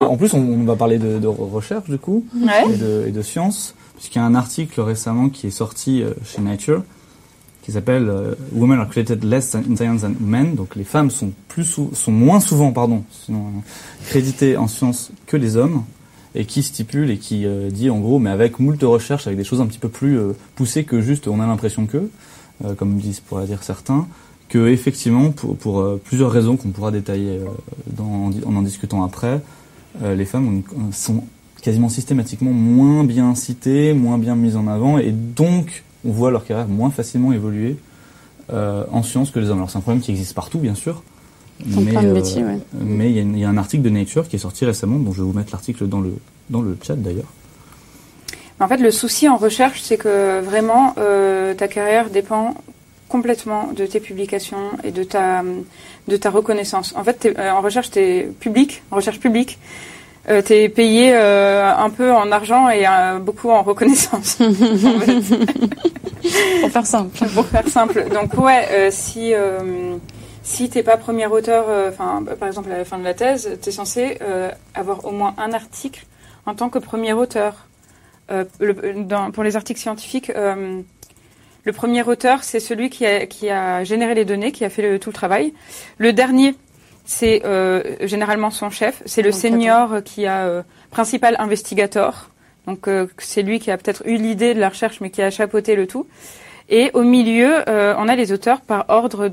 En plus, on va parler de recherche du coup, et de science, puisqu'il y a un article récemment qui est sorti chez Nature, qui s'appelle Women are created less in science than men. Donc les femmes sont moins souvent, créditées en sciences que les hommes, et qui stipule et qui dit en gros, mais avec moult recherches, avec des choses un petit peu plus poussées que juste on a l'impression que, comme pourraient dire certains, que effectivement pour plusieurs raisons qu'on pourra détailler en discutant après, les femmes sont quasiment systématiquement moins bien citées, moins bien mises en avant, et donc on voit leur carrière moins facilement évoluer en sciences que les hommes. Alors c'est un problème qui existe partout, bien sûr, mais il y a un article de Nature qui est sorti récemment, dont je vais vous mettre l'article dans le chat d'ailleurs. En fait, le souci en recherche, c'est que vraiment ta carrière dépend complètement de tes publications et de ta reconnaissance. En fait, en recherche publique, t'es payé un peu en argent et beaucoup en reconnaissance. En fait. Pour faire simple. Donc si t'es pas premier auteur, par exemple à la fin de la thèse, t'es censé avoir au moins un article en tant que premier auteur. Pour les articles scientifiques, le premier auteur, c'est celui qui a généré les données, qui a fait tout le travail. Le dernier, c'est généralement son chef. C'est le senior qui a principal investigator. Donc c'est lui qui a peut-être eu l'idée de la recherche, mais qui a chapeauté le tout. Et au milieu, on a les auteurs par ordre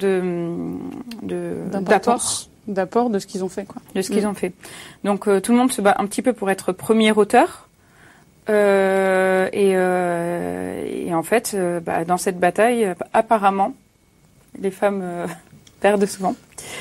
d'apport de ce qu'ils ont fait, quoi. De ce qu'ils ont fait. Donc tout le monde se bat un petit peu pour être premier auteur. Et en fait, dans cette bataille, apparemment, les femmes perdent souvent.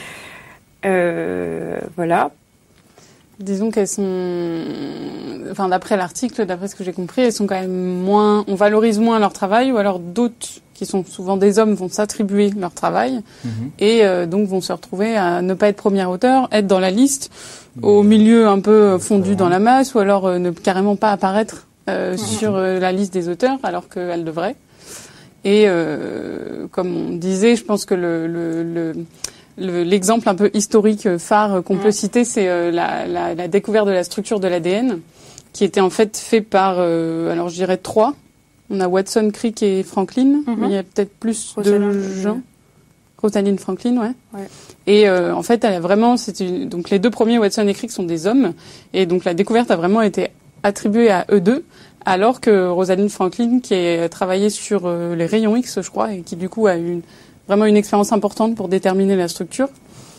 Voilà. Disons qu'elles sont, d'après l'article, d'après ce que j'ai compris, elles sont quand même moins, on valorise moins leur travail, ou alors d'autres, qui sont souvent des hommes, vont s'attribuer leur travail, et donc vont se retrouver à ne pas être premier auteur, être dans la liste, au milieu un peu fondu dans la masse, ou alors ne carrément pas apparaître sur la liste des auteurs, alors qu'elles devraient. Et comme on disait, je pense que l'exemple un peu historique phare qu'on peut citer, c'est la découverte de la structure de l'ADN, qui était en fait par, alors je dirais 3. On a Watson, Crick et Franklin, mais il y a peut-être plus de gens. Rosalind Franklin, ouais. Et en fait, elle a vraiment, donc les deux premiers, Watson et Crick, sont des hommes, et donc la découverte a vraiment été attribuée à eux deux, alors que Rosalind Franklin, qui a travaillé sur les rayons X, je crois, et qui du coup a eu vraiment une expérience importante pour déterminer la structure,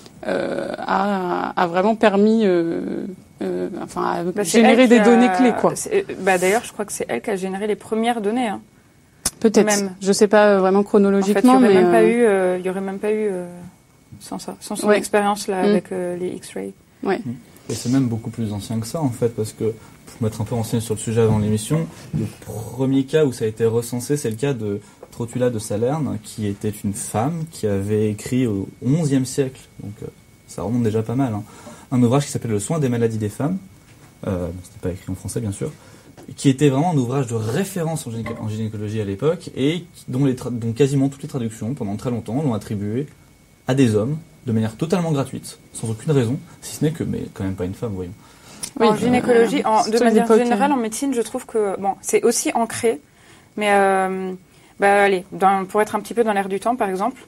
a vraiment permis à générer des données clés, quoi. D'ailleurs, je crois que c'est elle qui a généré les premières données. Hein. Peut-être. Même. Je sais pas vraiment chronologiquement, en fait, il y aurait même pas eu sans ça, sans son expérience là avec les X-rays. Ouais. Et c'est même beaucoup plus ancien que ça, en fait, parce que pour m'être un peu renseigné sur le sujet avant l'émission, le premier cas où ça a été recensé, c'est le cas de Trotula de Salerne, qui était une femme qui avait écrit au XIe siècle, donc ça remonte déjà pas mal, un ouvrage qui s'appelle Le soin des maladies des femmes, c'était pas écrit en français bien sûr, qui était vraiment un ouvrage de référence en gynécologie à l'époque, et dont quasiment toutes les traductions, pendant très longtemps, l'ont attribué à des hommes, de manière totalement gratuite, sans aucune raison, si ce n'est que, mais quand même pas une femme, voyons. Oui, en gynécologie, de manière générale, en médecine, je trouve que, c'est aussi ancré, mais allez, pour être un petit peu dans l'air du temps, par exemple,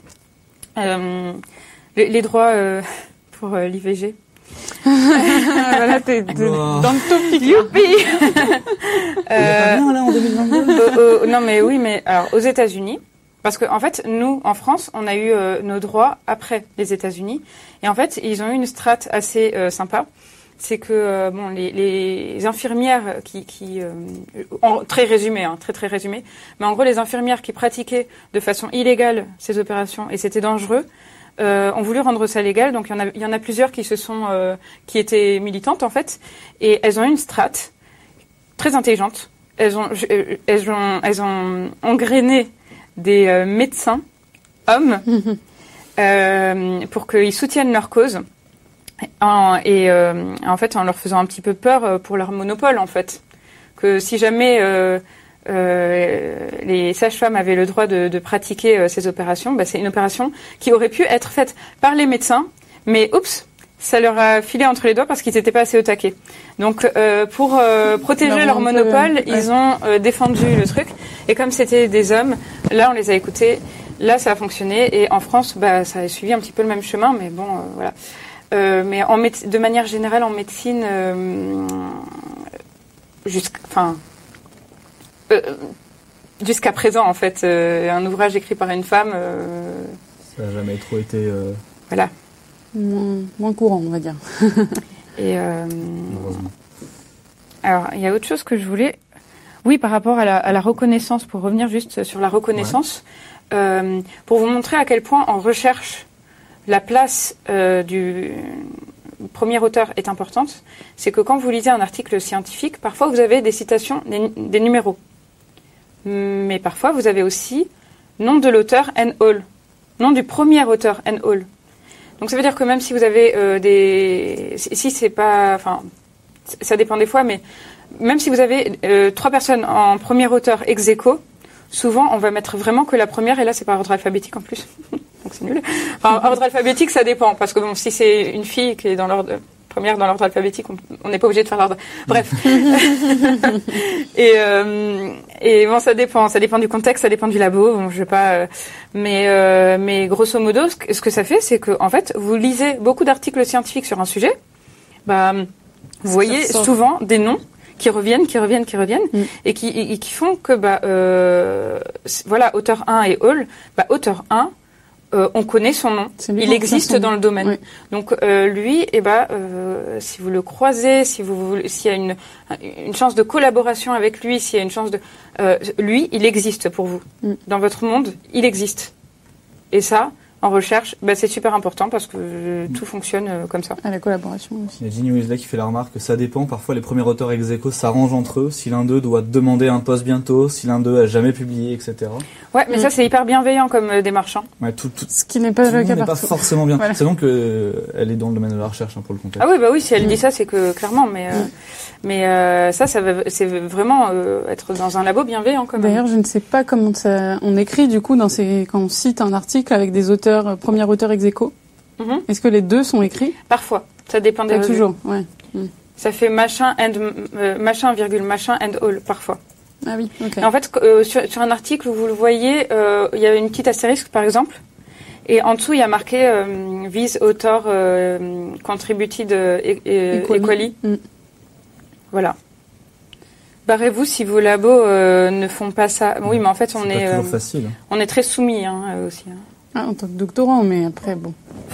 les droits pour l'IVG. Voilà, t'es dans le topic. Youpi. Il y a pas bien là en 2022. Non mais oui, mais alors aux États-Unis, parce que en fait, nous en France, on a eu nos droits après les États-Unis, et en fait, ils ont eu une strate assez sympa. C'est que les infirmières très résumé, très résumé, mais en gros les infirmières qui pratiquaient de façon illégale ces opérations et c'était dangereux, ont voulu rendre ça légal. Donc il y en a plusieurs qui étaient militantes en fait, et elles ont une strate très intelligente. Elles ont engrainé des médecins hommes pour qu'ils soutiennent leur cause. En fait, en leur faisant un petit peu peur pour leur monopole, en fait. Que si jamais les sages-femmes avaient le droit de pratiquer ces opérations, c'est une opération qui aurait pu être faite par les médecins, mais oups, ça leur a filé entre les doigts parce qu'ils n'étaient pas assez au taquet. Donc, pour protéger leur monopole, ils ont défendu le truc. Et comme c'était des hommes, là, on les a écoutés. Là, ça a fonctionné. Et en France, ça a suivi un petit peu le même chemin. Mais bon, voilà. Mais de manière générale, en médecine, jusqu'à présent, en fait, un ouvrage écrit par une femme... ça n'a jamais trop été... Voilà. Moins courant, on va dire. Et alors, il y a autre chose que je voulais... Oui, par rapport à la reconnaissance, pour revenir juste sur la reconnaissance, pour vous montrer à quel point en recherche, la place du premier auteur est importante, c'est que quand vous lisez un article scientifique, parfois vous avez des citations, des numéros. Mais parfois, vous avez aussi nom de l'auteur and all, nom du premier auteur and all. Donc ça veut dire que même si vous avez si c'est pas... Enfin, ça dépend des fois, mais même si vous avez 3 personnes en premier auteur ex aequo, souvent on va mettre vraiment que la première, et là c'est par ordre alphabétique en plus. Donc c'est nul. Enfin, ordre alphabétique, ça dépend, parce que bon, si c'est une fille qui est dans l'ordre... première dans l'ordre alphabétique, on n'est pas obligé de faire l'ordre. Bref. Et bon, ça dépend du contexte, ça dépend du labo. Bon, je vais pas. Mais grosso modo, ce que ça fait, c'est que en fait, vous lisez beaucoup d'articles scientifiques sur un sujet. Vous voyez souvent des noms qui reviennent, et qui font que voilà, auteur 1 et all. Auteur 1. On connaît son nom, il existe dans le domaine. Oui. Donc lui, si vous le croisez, s'il y a une chance de collaboration avec lui, s'il y a une chance de... lui, il existe pour vous. Dans votre monde, il existe. Et ça, en recherche, c'est super important parce que tout fonctionne comme ça. À la collaboration aussi. Il y a Ginny Weasley qui fait la remarque que ça dépend. Parfois, les premiers auteurs ex aequo s'arrangent entre eux. Si l'un d'eux doit demander un poste bientôt, si l'un d'eux a jamais publié, etc. Ouais, mais ça, c'est hyper bienveillant comme démarche. Ouais, ce qui n'est pas le cas n'est pas forcément bien. Voilà. C'est donc elle est dans le domaine de la recherche pour le contexte. Ah oui, si elle dit ça, c'est que clairement, mais ça c'est vraiment être dans un labo bienveillant quand même. D'ailleurs, je ne sais pas comment on écrit du coup quand on cite un article avec des auteurs, premier auteur ex aequo. Est-ce que les deux sont écrits? Parfois, ça dépend des revues. Toujours, ouais. Ça fait machin virgule machin and all parfois. Ah oui, ok. Et en fait, sur un article où vous le voyez, il y a une petite astérisque par exemple, et en dessous il y a marqué This author contributed equally. Voilà. Barrez-vous si vos labos ne font pas ça. Oui, mais en fait c'est pas toujours facile. On est très soumis aussi. Ah, en tant que doctorant, mais après bon.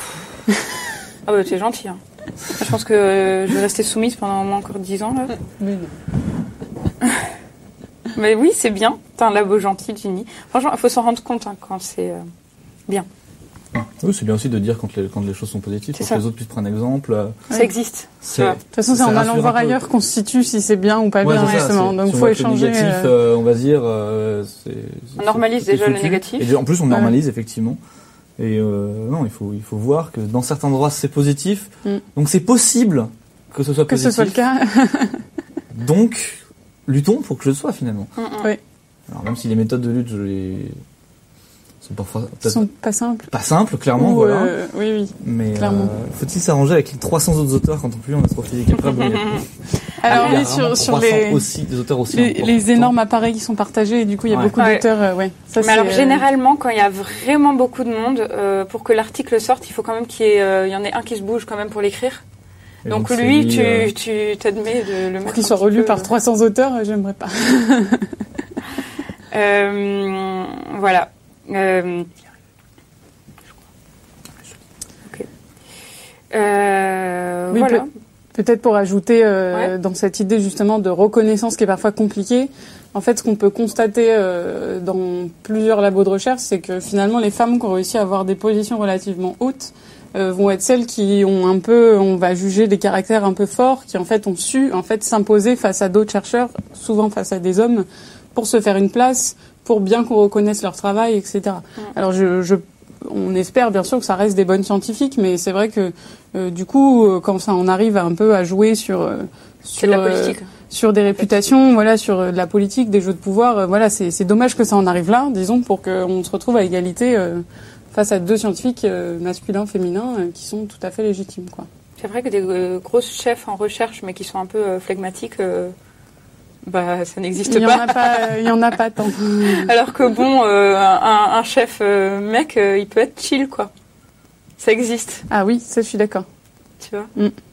Ah c'est gentil. Je pense que je vais rester soumise pendant au moins encore 10 ans là. Mais non. Mais oui, c'est bien. T'as un labo gentil, Ginny. Franchement, il faut s'en rendre compte quand c'est bien. Oui, c'est bien aussi de dire quand les choses sont positives, pour que les autres puissent prendre un exemple. Ça existe. De toute façon, c'est en allant voir ailleurs qu'on se situe si c'est bien ou pas bien, justement. Donc, il faut échanger. Négatif, on va dire, on normalise déjà le négatif. Et en plus, on normalise, effectivement. Et non, il faut voir que dans certains endroits, c'est positif. Donc, c'est possible que ce soit positif. Que ce soit le cas. Donc, luttons pour que je le sois, finalement. Oui. Alors, même si les méthodes de lutte, sont parfois sont pas simples. Pas simples, clairement, voilà. Oui. Mais faut-il s'arranger avec les 300 autres auteurs quand on publie en astrophysique après Alors oui, sur les aussi, des auteurs aussi les énormes appareils qui sont partagés, et du coup il y a beaucoup d'auteurs. Ça, mais alors généralement, quand il y a vraiment beaucoup de monde, pour que l'article sorte, il faut quand même qu'il y en ait un qui se bouge quand même pour l'écrire. Donc lui, tu t'admets de le mettre. Pour qu'il soit relu par 300 auteurs, j'aimerais pas. Voilà. Voilà. Peut-être pour ajouter dans cette idée justement de reconnaissance qui est parfois compliquée, en fait ce qu'on peut constater dans plusieurs labos de recherche, c'est que finalement les femmes qui ont réussi à avoir des positions relativement hautes vont être celles qui ont on va juger des caractères un peu forts, qui en fait ont su s'imposer face à d'autres chercheurs, souvent face à des hommes, pour se faire une place, pour bien qu'on reconnaisse leur travail, etc. Alors on espère bien sûr que ça reste des bonnes scientifiques, mais c'est vrai que du coup, quand ça en arrive un peu à jouer sur la politique. Sur des réputations, voilà, sur de la politique, des jeux de pouvoir, voilà, c'est dommage que ça en arrive là, disons, pour qu'on se retrouve à égalité face à deux scientifiques masculins, féminins, qui sont tout à fait légitimes, quoi. C'est vrai que des grosses chefs en recherche, mais qui sont un peu flegmatiques, ça n'existe pas. Il y en a pas tant. Alors que bon, un chef mec, il peut être chill, quoi. Ça existe. Ah oui, ça je suis d'accord. Tu vois.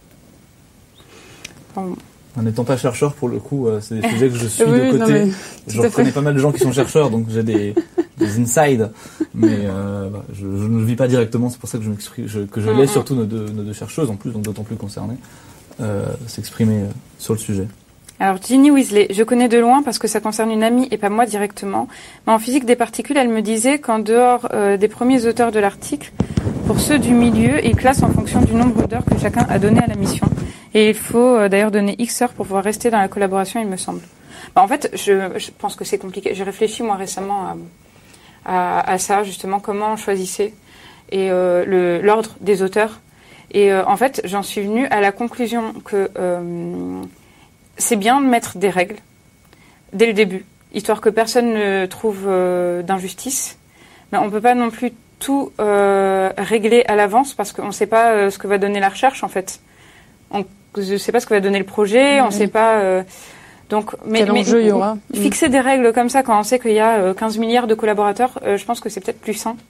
En n'étant pas chercheur, pour le coup, c'est des sujets que je suis de côté. Je reconnais pas mal de gens qui sont chercheurs, donc j'ai des insides, mais je ne le vis pas directement. C'est pour ça que je laisse surtout nos deux chercheuses, en plus, donc d'autant plus concernées, s'exprimer sur le sujet. Alors Ginny Weasley, je connais de loin parce que ça concerne une amie et pas moi directement. Mais en physique des particules, elle me disait qu'en dehors des premiers auteurs de l'article, pour ceux du milieu, ils classent en fonction du nombre d'heures que chacun a donné à la mission. Et il faut d'ailleurs donner X heures pour pouvoir rester dans la collaboration, il me semble. En fait, je pense que c'est compliqué. J'ai réfléchi moi récemment à ça, justement, comment on choisissait et l'ordre des auteurs. Et en fait, j'en suis venue à la conclusion que c'est bien de mettre des règles dès le début, histoire que personne ne trouve d'injustice. Mais on ne peut pas non plus tout régler à l'avance parce qu'on ne sait pas ce que va donner la recherche, en fait. On ne sait pas ce que va donner le projet, on ne sait pas... donc, quel enjeu il y aura. Fixer des règles comme ça quand on sait qu'il y a 15 milliards de collaborateurs, je pense que c'est peut-être plus sain.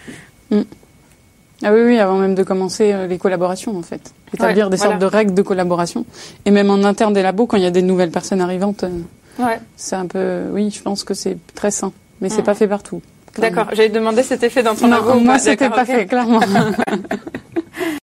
Ah oui, avant même de commencer les collaborations, en fait. Établir des sortes de règles de collaboration. Et même en interne des labos, quand il y a des nouvelles personnes arrivantes, c'est un peu... Oui, je pense que c'est très sain. Mais c'est pas fait partout. D'accord, j'allais te demander si c'était fait dans ton labo. Moi, c'était pas fait, clairement.